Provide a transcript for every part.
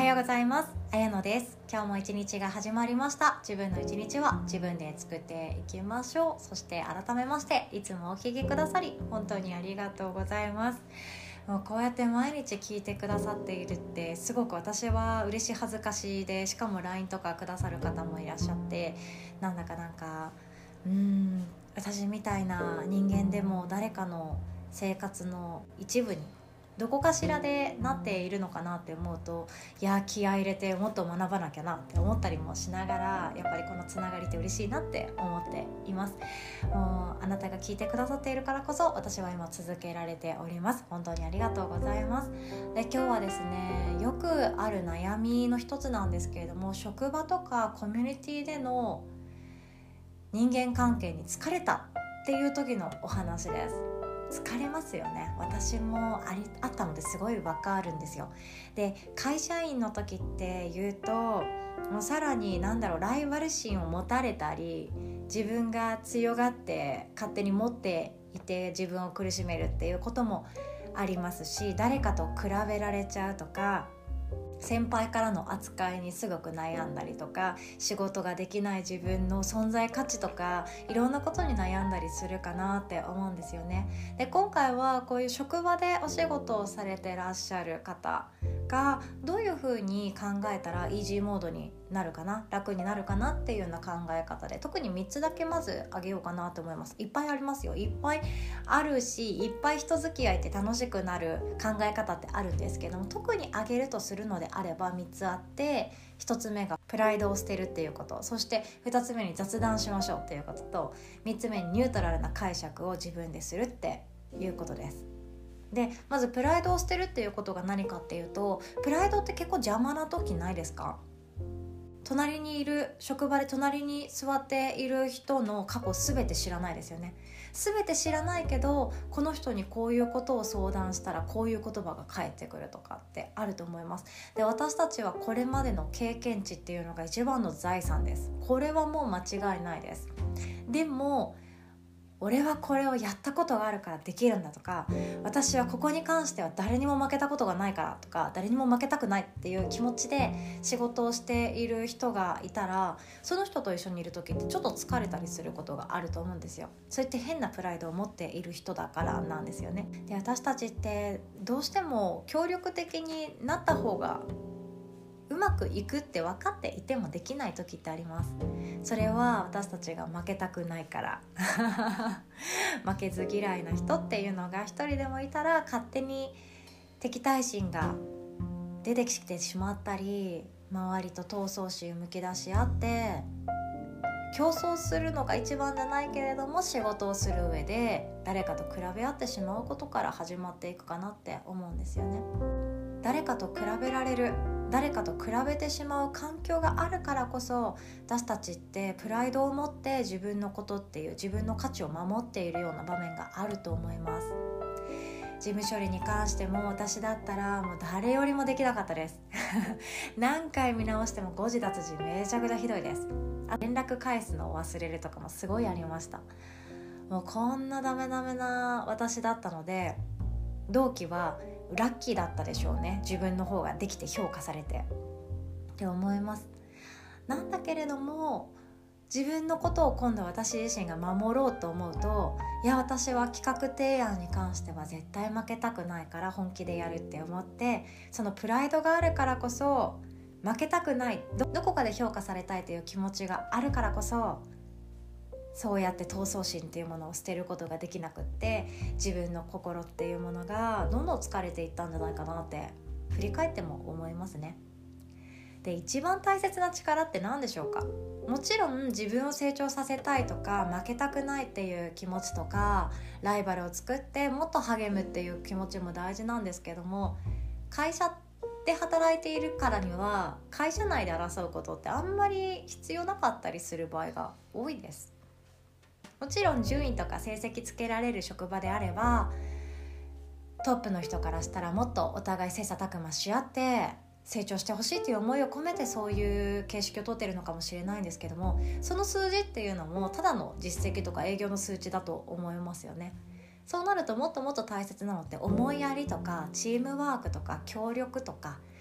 ようございます。あやのです。今日も一日が始まりました。自分の一日は自分で作っていきましょう。そして改めましていつもお聞きくださり本当にありがとうございます。もうこうやって毎日聞いてくださっているってすごく私は嬉しい恥ずかしいで、しかも LINE とかくださる方もいらっしゃって、なんか私みたいな人間でも誰かの生活の一部にどこかしらでなっているのかなって思うと、いや気合い入れてもっと学ばなきゃなって思ったりもしながら、やっぱりこのつながりって嬉しいなって思っています。もうあなたが聞いてくださっているからこそ私は今続けられております。本当にありがとうございます。で、今日はですね、よくある悩みの一つなんですけれども、職場とかコミュニティでの人間関係に疲れたっていう時のお話です。疲れますよね。私もあったのですごいわかるんですよ。で、会社員の時って言うともうさらにライバル心を持たれたり、自分が強がって勝手に持っていて自分を苦しめるっていうこともありますし、誰かと比べられちゃうとか、先輩からの扱いにすごく悩んだりとか、仕事ができない自分の存在価値とかいろんなことに悩んだりするかなって思うんですよね。で、今回はこういう職場でお仕事をされてらっしゃる方がどういうふうに考えたらイージーモードになるかな、楽になるかなっていうような考え方で、特に3つだけまず挙げようかなと思います。いっぱいありますよ。いっぱいあるし、いっぱい人付き合いって楽しくなる考え方ってあるんですけども、特に挙げるとするのであれば3つあって、1つ目がプライドを捨てるっていうこと、そして2つ目に雑談しましょうっていうことと、3つ目にニュートラルな解釈を自分でするっていうことです。で、まずプライドを捨てるっていうことが何かっていうと、プライドって結構邪魔な時ないですか？職場で隣に座っている人の過去全て知らないですよね。全て知らないけど、この人にこういうことを相談したらこういう言葉が返ってくるとかってあると思います。で、私たちはこれまでの経験値っていうのが一番の財産です。これはもう間違いないです。でも俺はこれをやったことがあるからできるんだとか、私はここに関しては誰にも負けたことがないからとか、誰にも負けたくないっていう気持ちで仕事をしている人がいたら、その人と一緒にいる時ってちょっと疲れたりすることがあると思うんですよ。そうやって変なプライドを持っている人だからなんですよね。で、私たちってどうしても協力的になった方がうまくいくって分かっていてもできない時ってあります。それは私たちが負けたくないから負けず嫌いな人っていうのが一人でもいたら、勝手に敵対心が出てきてしまったり、周りと闘争心をむき出し合って競争するのが一番じゃないけれども、仕事をする上で誰かと比べ合ってしまうことから始まっていくかなって思うんですよね。誰かと比べられる、誰かと比べてしまう環境があるからこそ、私たちってプライドを持って自分のことっていう自分の価値を守っているような場面があると思います。事務処理に関しても私だったらもう誰よりもできなかったです何回見直しても誤字脱字めちゃくちゃひどいです。連絡返すのを忘れるとかもすごいありました。もうこんなダメな私だったので、同期はラッキーだったでしょうね。自分の方ができて評価されてって思います。なんだけれども、自分のことを今度私自身が守ろうと思うと、いや私は企画提案に関しては絶対負けたくないから本気でやるって思って、そのプライドがあるからこそ負けたくない、どこかで評価されたいという気持ちがあるからこそ、そうやって闘争心っていうものを捨てることができなくって、自分の心っていうものがどんどん疲れていったんじゃないかなって振り返っても思いますね。で、一番大切な力って何でしょうか？もちろん自分を成長させたいとか、負けたくないっていう気持ちとか、ライバルを作ってもっと励むっていう気持ちも大事なんですけども、会社で働いているからには会社内で争うことってあんまり必要なかったりする場合が多いです。もちろん順位とか成績つけられる職場であれば、トップの人からしたらもっとお互い切磋琢磨し合って成長してほしいという思いを込めてそういう形式を取っているのかもしれないんですけども、その数字っていうのもただの実績とか営業の数値だと思いますよね。そうなるともっともっと大切なのって思いやりとかチームワークとか協力とか、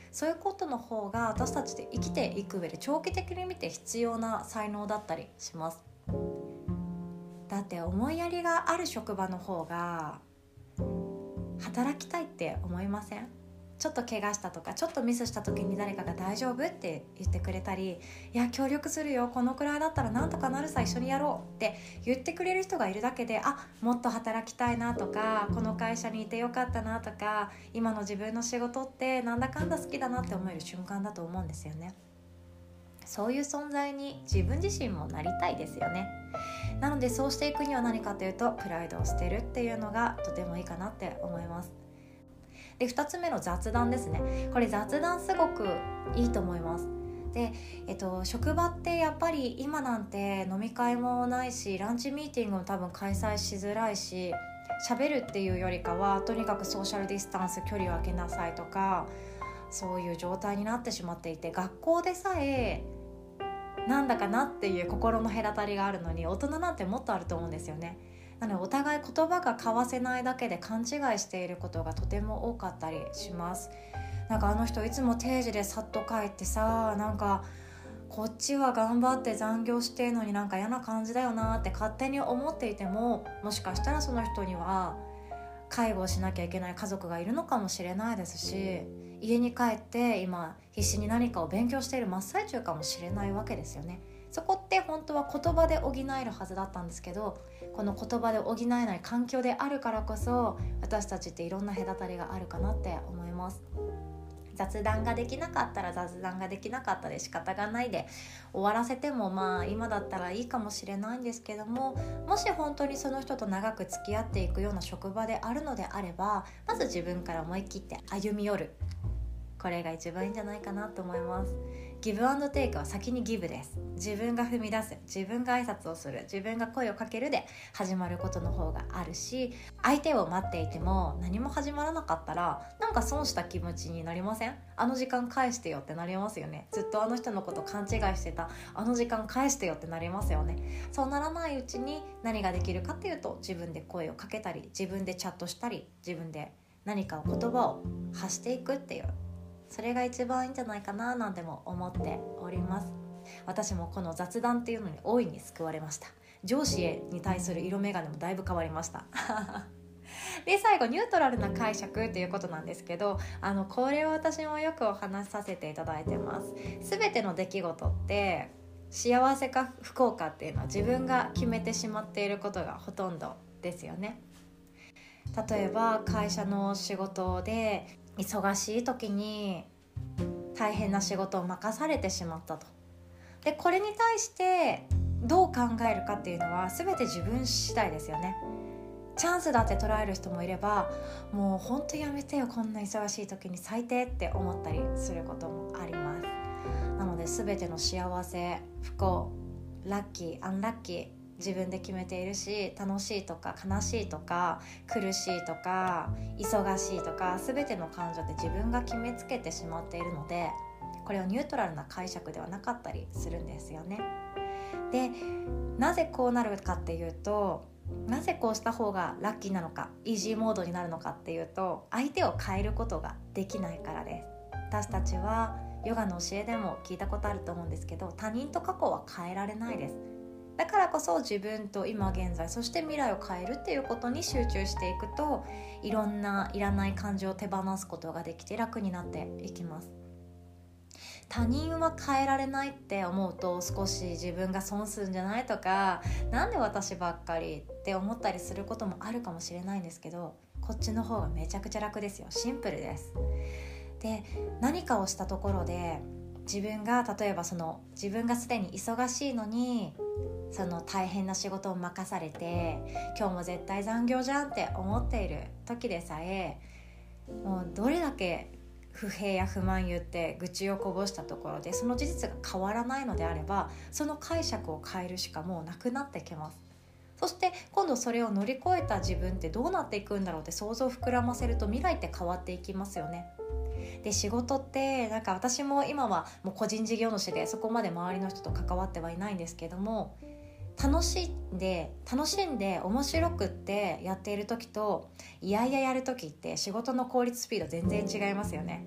そういうことの方が私たちで生きていく上で長期的に見て必要な才能だったりします。だって思いやりがある職場の方が働きたいって思いません？ちょっと怪我したとかちょっとミスした時に誰かが大丈夫って言ってくれたり、いや協力するよ、このくらいだったらなんとかなるさ、一緒にやろうって言ってくれる人がいるだけで、もっと働きたいなとか、この会社にいてよかったなとか、今の自分の仕事ってなんだかんだ好きだなって思える瞬間だと思うんですよね。そういう存在に自分自身もなりたいですよね。なのでそうしていくには何かというと、プライドを捨てるっていうのがとてもいいかなって思います。で2つ目の雑談ですね。これ雑談すごくいいと思います。で、職場ってやっぱり今なんて飲み会もないし、ランチミーティングも多分開催しづらいし、喋るっていうよりかはとにかくソーシャルディスタンス、距離を空けなさいとか、そういう状態になってしまっていて、学校でさえなんだかなっていう心の隔たりがあるのに、大人なんてもっとあると思うんですよね。なのでお互い言葉が交わせないだけで勘違いしていることがとても多かったりします。なんかあの人いつも定時でさっと帰ってさ、なんかこっちは頑張って残業してるのになんか嫌な感じだよなって勝手に思っていても、もしかしたらその人には介護をしなきゃいけない家族がいるのかもしれないですし、家に帰って今必死に何かを勉強している真っ最中かもしれないわけですよね。そこって本当は言葉で補えるはずだったんですけど、この言葉で補えない環境であるからこそ、私たちっていろんな隔たりがあるかなって思います。雑談ができなかったら雑談ができなかったで仕方がないで終わらせても、今だったらいいかもしれないんですけども、もし本当にその人と長く付き合っていくような職場であるのであれば、まず自分から思い切って歩み寄る、これが一番いいんじゃないかなと思います。ギブアンドテイクは先にギブです。自分が踏み出す、自分が挨拶をする、自分が声をかけるで始まることの方があるし、相手を待っていても何も始まらなかったらなんか損した気持ちになりません？あの時間返してよってなりますよね。ずっとあの人のこと勘違いしてた、あの時間返してよってなりますよね。そうならないうちに何ができるかっていうと、自分で声をかけたり、自分でチャットしたり、自分で何か言葉を発していくっていう、それが一番いいんじゃないかななんても思っております。私もこの雑談っていうのに大いに救われました。上司に対する色眼鏡もだいぶ変わりましたで最後ニュートラルな解釈ということなんですけど、これを私もよくお話しさせていただいてます。全ての出来事って幸せか不幸かっていうのは自分が決めてしまっていることがほとんどですよね。例えば会社の仕事で忙しい時に大変な仕事を任されてしまったと。でこれに対してどう考えるかっていうのは全て自分次第ですよね。チャンスだって捉える人もいれば、もう本当やめてよこんな忙しい時に最低って思ったりすることもあります。なので全ての幸せ、不幸、ラッキー、アンラッキー、自分で決めているし、楽しいとか悲しいとか苦しいとか忙しいとか、全ての感情って自分が決めつけてしまっているので、これはニュートラルな解釈ではなかったりするんですよね。でなぜこうなるかっていうと、なぜこうした方がラッキーなのか、イージーモードになるのかっていうと、相手を変えることができないからです。私たちはヨガの教えでも聞いたことあると思うんですけど、他人と過去は変えられないです。だからこそ自分と今現在、そして未来を変えるっていうことに集中していくと、いろんないらない感情を手放すことができて楽になっていきます。他人は変えられないって思うと、少し自分が損するんじゃないとか、なんで私ばっかりって思ったりすることもあるかもしれないんですけど、こっちの方がめちゃくちゃ楽ですよ。シンプルです。で何かをしたところで、自分が例えば自分がすでに忙しいのにその大変な仕事を任されて、今日も絶対残業じゃんって思っている時でさえ、もうどれだけ不平や不満言って愚痴をこぼしたところでその事実が変わらないのであれば、その解釈を変えるしかもうなくなってきます。そして今度それを乗り越えた自分ってどうなっていくんだろうって想像を膨らませると、未来って変わっていきますよね。で仕事ってなんか私も今はもう個人事業主でそこまで周りの人と関わってはいないんですけども、楽しんで面白くってやっている時と、いやいややる時って仕事の効率スピード全然違いますよね。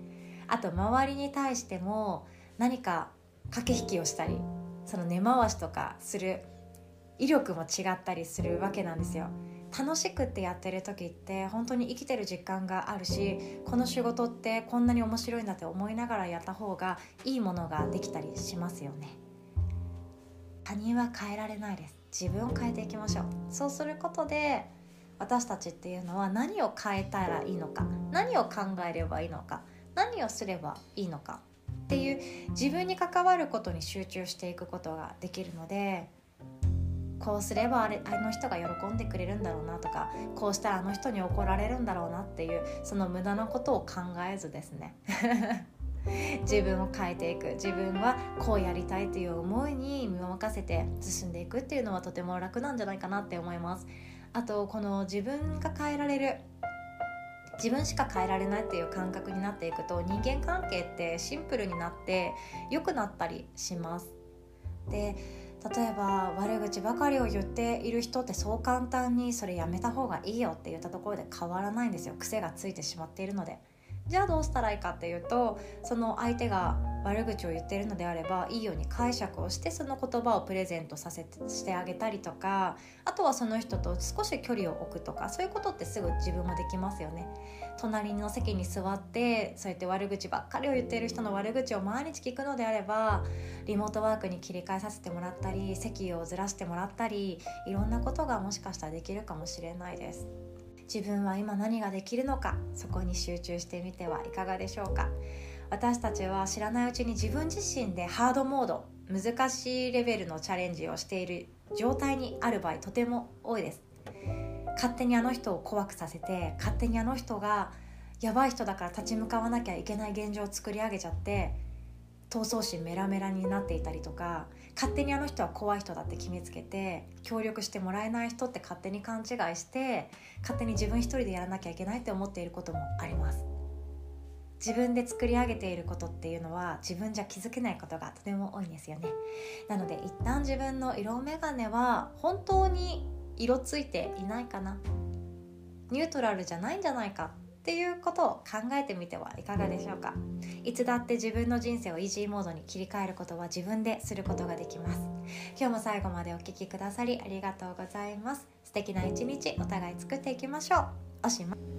あと周りに対しても何か駆け引きをしたり、その根回しとかする威力も違ったりするわけなんですよ。楽しくってやってる時って本当に生きてる実感があるし、この仕事ってこんなに面白いんだって思いながらやった方がいいものができたりしますよね。他人は変えられないです。自分を変えていきましょう。そうすることで私たちっていうのは何を変えたらいいのか、何を考えればいいのか、何をすればいいのかっていう自分に関わることに集中していくことができるので、こうすればあの人が喜んでくれるんだろうなとか、こうしたらあの人に怒られるんだろうなっていう、その無駄なことを考えずですね自分を変えていく、自分はこうやりたいという思いに身を任せて進んでいくっていうのはとても楽なんじゃないかなって思います。あとこの自分が変えられる、自分しか変えられないっていう感覚になっていくと、人間関係ってシンプルになって良くなったりします。で、例えば悪口ばかりを言っている人ってそう簡単にそれやめた方がいいよって言ったところで変わらないんですよ。癖がついてしまっているので。じゃあどうしたらいいかっていうと、その相手が悪口を言っているのであればいいように解釈をして、その言葉をプレゼントしてあげたりとか、あとはその人と少し距離を置くとか、そういうことってすぐ自分もできますよね。隣の席に座ってそうやって悪口ばっかりを言っている人の悪口を毎日聞くのであれば、リモートワークに切り替えさせてもらったり、席をずらしてもらったり、いろんなことがもしかしたらできるかもしれないです。自分は今何ができるのか、そこに集中してみてはいかがでしょうか。私たちは知らないうちに自分自身でハードモード、難しいレベルのチャレンジをしている状態にある場合とても多いです。勝手にあの人を怖くさせて、勝手にあの人がやばい人だから立ち向かわなきゃいけない現状を作り上げちゃって、闘争心メラメラになっていたりとか、勝手にあの人は怖い人だって決めつけて、協力してもらえない人って勝手に勘違いして、勝手に自分一人でやらなきゃいけないって思っていることもあります。自分で作り上げていることっていうのは自分じゃ気づけないことがとても多いんですよね。なので一旦自分の色眼鏡は本当に色ついていないかな、ニュートラルじゃないんじゃないかっていうことを考えてみてはいかがでしょうか。いつだって自分の人生をイージーモードに切り替えることは自分ですることができます。今日も最後までお聞きくださりありがとうございます。素敵な一日お互い作っていきましょう。おしまい。